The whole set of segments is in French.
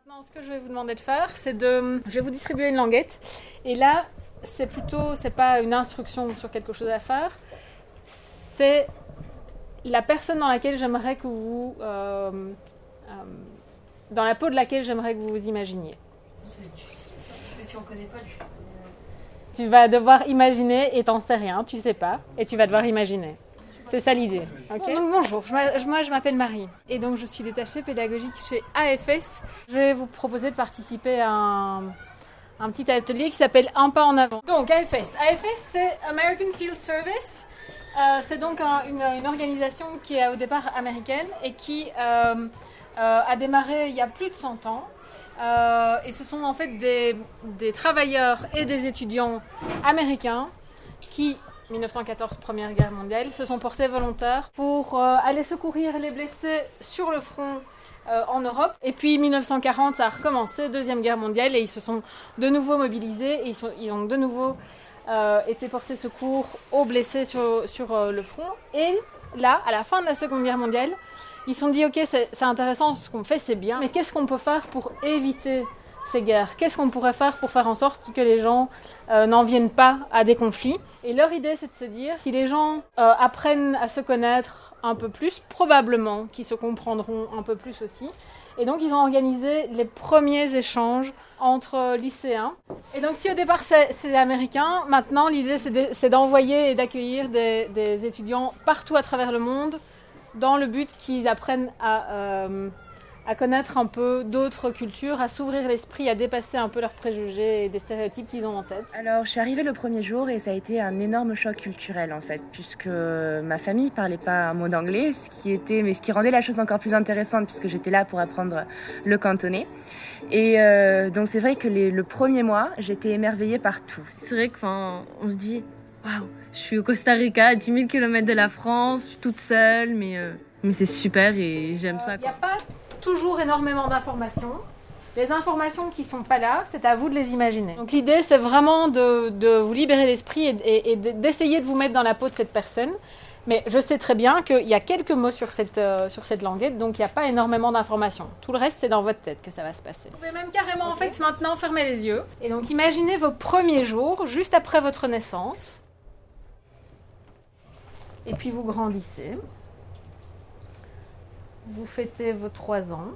Maintenant, ce que je vais vous demander de faire, je vais vous distribuer une languette. Et là, c'est pas une instruction sur quelque chose à faire. C'est la personne dans laquelle j'aimerais que vous, dans la peau de laquelle j'aimerais que vous vous imaginiez. C'est difficile ça, parce que si on connaît pas Tu vas devoir imaginer et t'en sais rien, tu sais pas, et tu vas devoir imaginer. C'est ça l'idée. Okay. Donc, bonjour, moi je m'appelle Marie et donc je suis détachée pédagogique chez AFS. Je vais vous proposer de participer à un petit atelier qui s'appelle Un pas en avant. Donc AFS c'est American Field Service. C'est donc une organisation qui est au départ américaine et qui a démarré il y a plus de 100 ans. Et ce sont en fait des travailleurs et des étudiants américains qui, 1914, Première Guerre mondiale, se sont portés volontaires pour aller secourir les blessés sur le front en Europe. Et puis 1940, ça a recommencé, Deuxième Guerre mondiale, et ils se sont de nouveau mobilisés et ils ont de nouveau été portés secours aux blessés sur le front. Et là, à la fin de la Seconde Guerre mondiale, ils se sont dit, ok, c'est intéressant, ce qu'on fait, c'est bien, mais qu'est-ce qu'on peut faire pour éviter ces guerres? Qu'est-ce qu'on pourrait faire pour faire en sorte que les gens n'en viennent pas à des conflits? Et leur idée, c'est de se dire, si les gens apprennent à se connaître un peu plus, probablement qu'ils se comprendront un peu plus aussi. Et donc, ils ont organisé les premiers échanges entre lycéens. Et donc, si au départ, c'est américain, maintenant, l'idée, c'est d'envoyer et d'accueillir des étudiants partout à travers le monde dans le but qu'ils apprennent à connaître un peu d'autres cultures, à s'ouvrir l'esprit, à dépasser un peu leurs préjugés et des stéréotypes qu'ils ont en tête. Alors, je suis arrivée le premier jour et ça a été un énorme choc culturel en fait, puisque ma famille parlait pas un mot d'anglais, ce qui rendait la chose encore plus intéressante puisque j'étais là pour apprendre le cantonais. Et donc c'est vrai que le premier mois, j'étais émerveillée par tout. C'est vrai qu'on se dit, waouh, je suis au Costa Rica, à 10 000 km de la France, je suis toute seule, mais c'est super et j'aime ça. Il n'y a pas toujours énormément d'informations. Les informations qui ne sont pas là, c'est à vous de les imaginer. Donc l'idée, c'est vraiment de vous libérer l'esprit et d'essayer de vous mettre dans la peau de cette personne. Mais je sais très bien qu'il y a quelques mots sur cette languette, donc il n'y a pas énormément d'informations. Tout le reste, c'est dans votre tête que ça va se passer. Vous pouvez même carrément, en fait, maintenant, fermer les yeux. Et donc imaginez vos premiers jours, juste après votre naissance. Et puis vous grandissez. Vous fêtez vos 3 ans.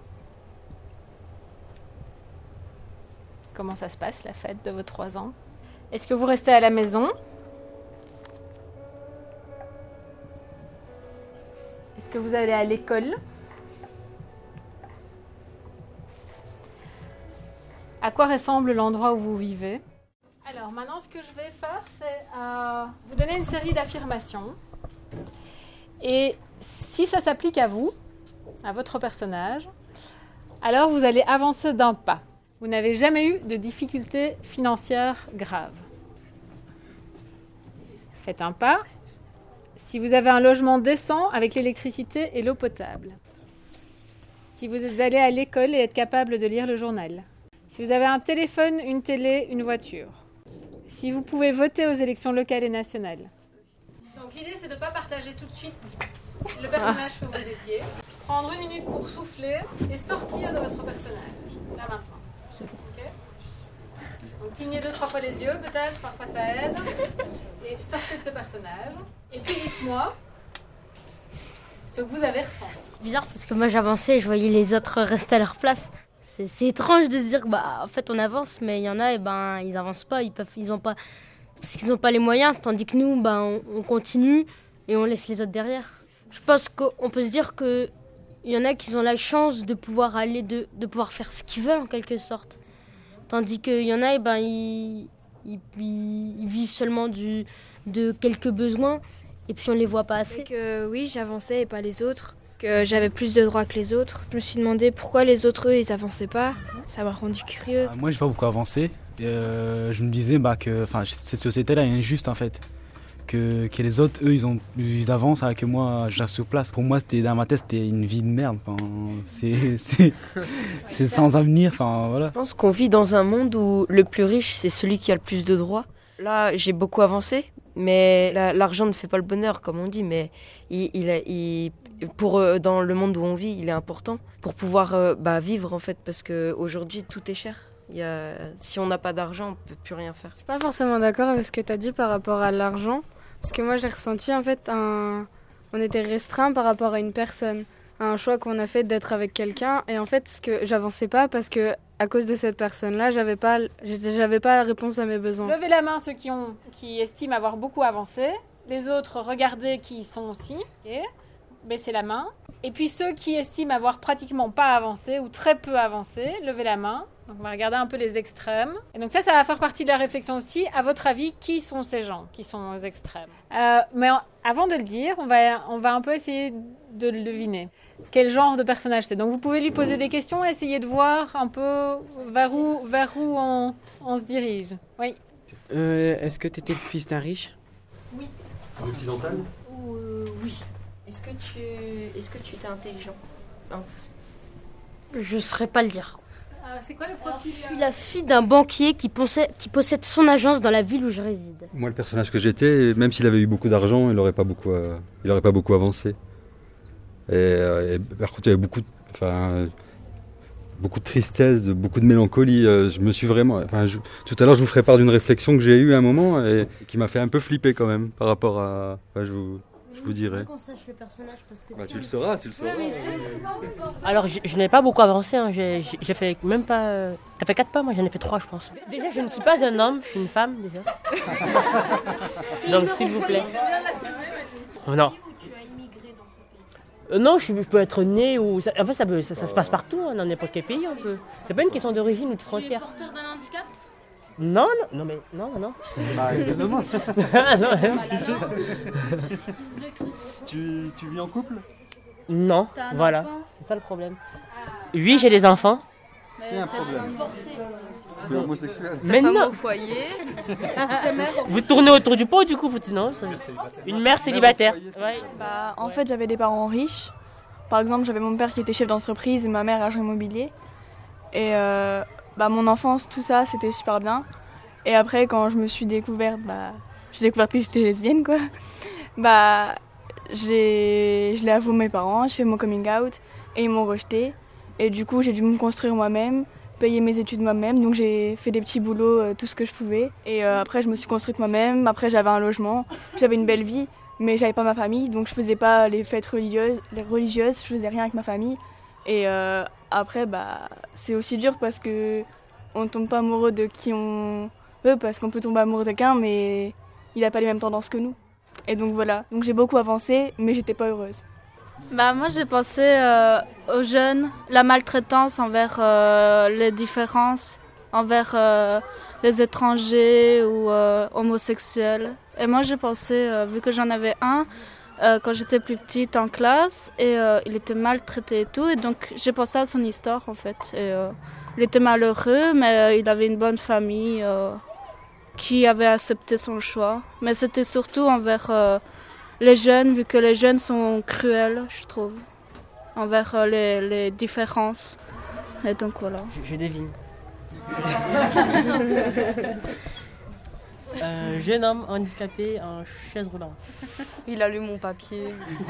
Comment ça se passe, la fête de vos 3 ans? Est-ce que vous restez à la maison? Est-ce que vous allez à l'école? À quoi ressemble l'endroit où vous vivez? Alors maintenant, ce que je vais faire, c'est vous donner une série d'affirmations. Et si ça s'applique à vous, à votre personnage, alors vous allez avancer d'un pas. Vous n'avez jamais eu de difficultés financières graves. Faites un pas. Si vous avez un logement décent avec l'électricité et l'eau potable. Si vous allez à l'école et êtes capable de lire le journal. Si vous avez un téléphone, une télé, une voiture. Si vous pouvez voter aux élections locales et nationales. Donc l'idée, c'est de ne pas partager tout de suite le personnage que vous étiez. Prendre 1 minute pour souffler et sortir de votre personnage. Là maintenant. Okay. Donc clignez 2-3 fois les yeux peut-être, parfois ça aide. Et sortez de ce personnage. Et puis dites-moi ce que vous avez ressenti. C'est bizarre parce que moi j'avançais et je voyais les autres rester à leur place. C'est étrange de se dire que en fait on avance, mais il y en a ils avancent pas, parce qu'ils n'ont pas les moyens, tandis que nous on continue et on laisse les autres derrière. Je pense qu'on peut se dire que il y en a qui ont la chance de pouvoir aller, de pouvoir faire ce qu'ils veulent en quelque sorte. Tandis qu'il y en a, ils vivent seulement de quelques besoins et puis on les voit pas assez. Oui, j'avançais et pas les autres, que j'avais plus de droits que les autres. Je me suis demandé pourquoi les autres, eux, ils avançaient pas. Ça m'a rendu curieuse. Moi, j'ai pas beaucoup avancé. Je me disais que cette société-là est injuste en fait. Que les autres, eux, ils avancent alors que moi, je reste sur place. Pour moi, dans ma tête, c'était une vie de merde. C'est sans avenir. Voilà. Je pense qu'on vit dans un monde où le plus riche, c'est celui qui a le plus de droits. Là, j'ai beaucoup avancé, mais l'argent ne fait pas le bonheur, comme on dit. Mais dans le monde où on vit, il est important pour pouvoir vivre en fait, parce qu'aujourd'hui tout est cher. Si on n'a pas d'argent, on ne peut plus rien faire. Je suis pas forcément d'accord avec ce que tu as dit par rapport à l'argent, parce que moi j'ai ressenti en fait on était restreint par rapport à une personne, à un choix qu'on a fait d'être avec quelqu'un, et en fait ce que j'avançais pas parce que à cause de cette personne-là, j'avais pas la réponse à mes besoins. Levez la main ceux qui estiment avoir beaucoup avancé. Les autres, regardez qui ils sont aussi. Okay. Baissez la main. Et puis ceux qui estiment avoir pratiquement pas avancé ou très peu avancé, levez la main. Donc on va regarder un peu les extrêmes. Et donc ça va faire partie de la réflexion aussi. À votre avis, qui sont ces gens qui sont aux extrêmes Mais avant de le dire, on va un peu essayer de le deviner. Quel genre de personnage c'est? Donc vous pouvez lui poser des questions et essayer de voir un peu vers où on se dirige. Oui. Est-ce que tu étais le fils d'un riche? Oui. Occidental? Oui. Est-ce que tu étais intelligent? Je ne saurais pas le dire. C'est quoi le profil? Je suis la fille d'un banquier qui possède son agence dans la ville où je réside. Moi, le personnage que j'étais, même s'il avait eu beaucoup d'argent, il n'aurait pas beaucoup avancé. Et par contre, il y avait beaucoup de tristesse, beaucoup de mélancolie. Je me suis vraiment... tout à l'heure, je vous ferai part d'une réflexion que j'ai eue à un moment et qui m'a fait un peu flipper quand même par rapport à... je vous dirai. Qu'on sache le personnage parce que Tu le sauras. Alors, je n'ai pas beaucoup avancé. Hein. J'ai fait même pas... T'as fait 4 pas, moi j'en ai fait 3, je pense. Déjà, je ne suis pas un homme, je suis une femme, déjà. Donc, s'il vous plaît. Non. Non, je peux être né ou... En fait, ça se passe partout, hein, dans n'importe quel pays. C'est pas une question d'origine ou de frontière. Tu es porteur d'un handicap? Non. Évidemment. Tu vis en couple? Non, voilà. C'est ça le problème. Oui, j'ai des enfants. C'est un problème. T'es homosexuel? Mais non. Au foyer. Vous tournez autour du pot, du coup, vous dites non. Une mère célibataire. Ouais. En fait, j'avais des parents riches. Par exemple, j'avais mon père qui était chef d'entreprise et ma mère agent immobilier. Et mon enfance, tout ça, c'était super bien. Et après, quand je me suis découverte, j'ai découvert que j'étais lesbienne, quoi. Je l'ai avoué à mes parents, j'ai fait mon coming out et ils m'ont rejetée. Et du coup, j'ai dû me construire moi-même, payer mes études moi-même. Donc j'ai fait des petits boulots, tout ce que je pouvais. Et après, je me suis construite moi-même. Après, j'avais un logement, j'avais une belle vie, mais j'avais pas ma famille. Donc je faisais pas les fêtes religieuses, je faisais rien avec ma famille. Et après, c'est aussi dur parce que on tombe pas amoureux de qui on veut, parce qu'on peut tomber amoureux de quelqu'un, mais il a pas les mêmes tendances que nous. Et donc voilà, donc j'ai beaucoup avancé, mais j'étais pas heureuse. Moi j'ai pensé aux jeunes, la maltraitance envers les différences, envers les étrangers ou homosexuels. Et moi j'ai pensé, vu que j'en avais un, quand j'étais plus petite en classe, et il était maltraité et tout, et donc j'ai pensé à son histoire en fait. Et, il était malheureux, mais il avait une bonne famille qui avait accepté son choix. Mais c'était surtout envers les jeunes, vu que les jeunes sont cruels, je trouve, envers les différences. Et donc voilà. Je devine. Un jeune homme handicapé en chaise roulante. Il a lu mon papier.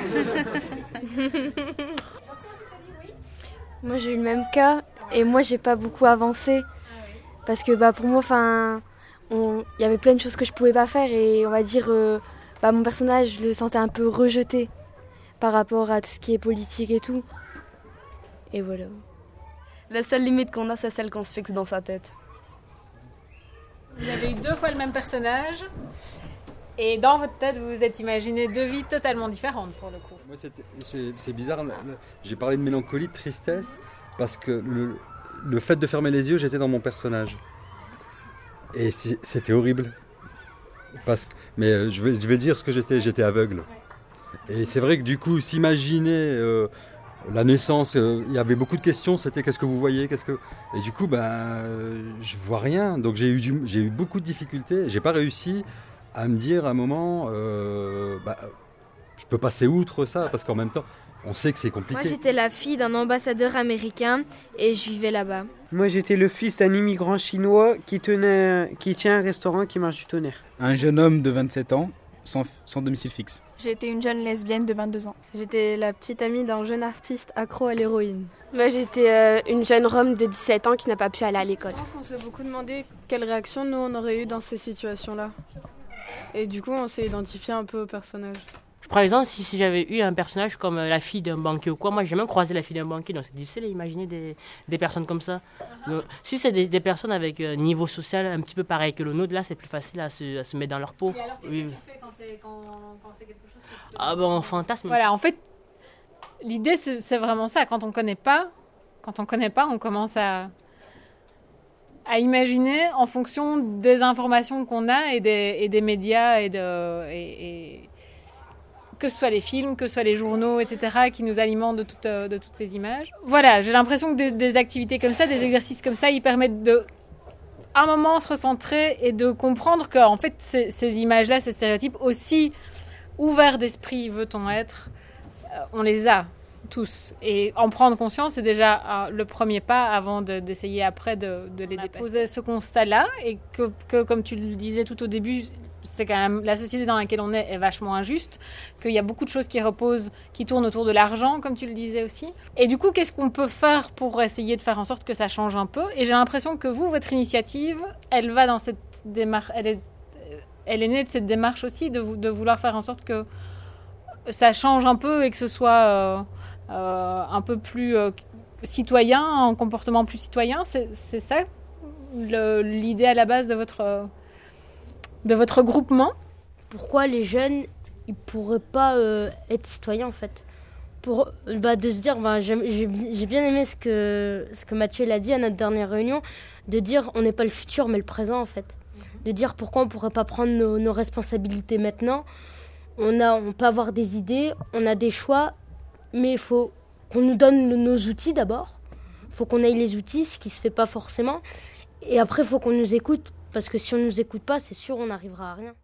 Moi j'ai eu le même cas et moi j'ai pas beaucoup avancé parce que pour moi il y avait plein de choses que je pouvais pas faire et on va dire mon personnage je le sentais un peu rejeté par rapport à tout ce qui est politique et tout. Et voilà. La seule limite qu'on a, c'est celle qu'on se fixe dans sa tête. Vous avez eu 2 fois le même personnage et dans votre tête vous vous êtes imaginé 2 vies totalement différentes pour le coup. Moi c'est bizarre, j'ai parlé de mélancolie, de tristesse, parce que le fait de fermer les yeux, j'étais dans mon personnage. Et c'était horrible. Mais je vais dire ce que j'étais aveugle. Et c'est vrai que du coup, s'imaginer la naissance, il y avait beaucoup de questions, c'était qu'est-ce que vous voyez, Et du coup, je vois rien. Donc j'ai eu beaucoup de difficultés. J'ai pas réussi à me dire à un moment, je peux passer outre ça, parce qu'en même temps, on sait que c'est compliqué. Moi, j'étais la fille d'un ambassadeur américain et je vivais là-bas. Moi, j'étais le fils d'un immigrant chinois qui tient un restaurant qui marche du tonnerre. Un jeune homme de 27 ans sans domicile fixe. J'ai été une jeune lesbienne de 22 ans. J'étais la petite amie d'un jeune artiste accro à l'héroïne. J'étais une jeune Rome de 17 ans qui n'a pas pu aller à l'école. Je pense qu'on s'est beaucoup demandé quelle réaction nous on aurait eu dans ces situations-là. Et du coup, on s'est identifié un peu au personnage. Par exemple, si j'avais eu un personnage comme la fille d'un banquier ou quoi, moi j'ai même croisé la fille d'un banquier, donc c'est difficile d'imaginer des personnes comme ça. Donc, si c'est des personnes avec un niveau social un petit peu pareil que le nôtre, là c'est plus facile à se mettre dans leur peau. Et alors, qu'est-ce que tu fais quand c'est quelque chose que tu... Ah ben on fantasme. Voilà, en fait, l'idée c'est vraiment ça. Quand on connaît pas, on commence à imaginer en fonction des informations qu'on a et des médias et que ce soit les films, que ce soit les journaux, etc., qui nous alimentent de toutes ces images. Voilà, j'ai l'impression que des activités comme ça, des exercices comme ça, ils permettent de, à un moment, se recentrer et de comprendre que, en fait, ces images-là, ces stéréotypes, aussi ouverts d'esprit veut-on être, on les a tous. Et en prendre conscience, c'est déjà le premier pas avant d'essayer après de les dépasser. Poser ce constat-là et que, comme tu le disais tout au début, c'est quand même la société dans laquelle on est vachement injuste, qu'il y a beaucoup de choses qui tournent autour de l'argent, comme tu le disais aussi. Et du coup, qu'est-ce qu'on peut faire pour essayer de faire en sorte que ça change un peu ? Et j'ai l'impression que votre initiative, elle va dans cette démarche, elle est née de cette démarche aussi, de vouloir faire en sorte que ça change un peu et que ce soit un peu plus citoyen, un comportement plus citoyen. C'est ça l'idée à la base de votre groupement. Pourquoi les jeunes ils pourraient pas être citoyens en fait, de se dire j'ai bien aimé ce que Mathieu l'a dit à notre dernière réunion, de dire on n'est pas le futur mais le présent en fait, de dire pourquoi on pourrait pas prendre nos responsabilités maintenant. On peut avoir des idées, on a des choix, mais il faut qu'on nous donne nos outils d'abord, il faut qu'on ait les outils, ce qui se fait pas forcément, et après il faut qu'on nous écoute. Parce que si on ne nous écoute pas, c'est sûr on n'arrivera à rien.